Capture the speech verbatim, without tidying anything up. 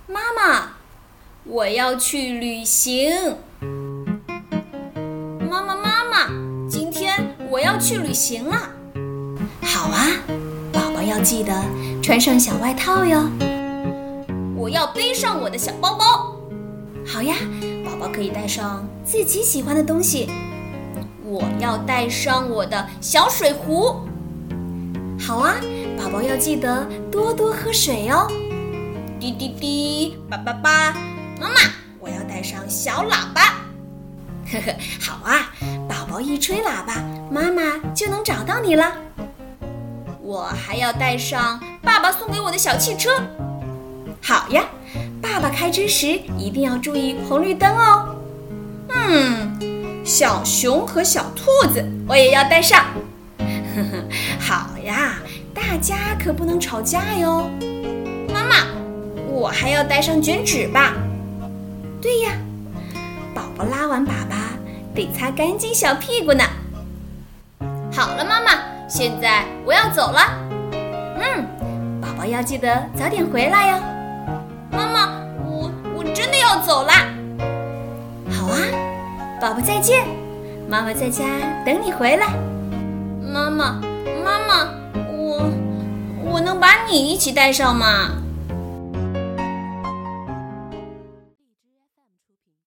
妈妈，我要去旅行。妈妈，妈妈，今天我要去旅行了。好啊，宝宝要记得穿上小外套哟。我要背上我的小包包。好呀，宝宝可以带上自己喜欢的东西。我要带上我的小水壶。好啊，宝宝要记得多多喝水哦。滴滴滴，叭叭叭，妈妈，我要带上小喇叭。呵呵，好啊，宝宝一吹喇叭，妈妈就能找到你了。我还要带上爸爸送给我的小汽车。好呀，爸爸开车时一定要注意红绿灯哦。嗯，小熊和小兔子我也要带上。呵呵，好呀，大家可不能吵架哟。妈妈，我还要带上卷纸吧。对呀，宝宝拉完粑粑得擦干净小屁股呢。好了，妈妈，现在我要走了。嗯，宝宝要记得早点回来哟。妈妈，我我真的要走啦。好啊，宝宝再见，妈妈在家等你回来。妈妈，妈妈，我我能把你一起带上吗？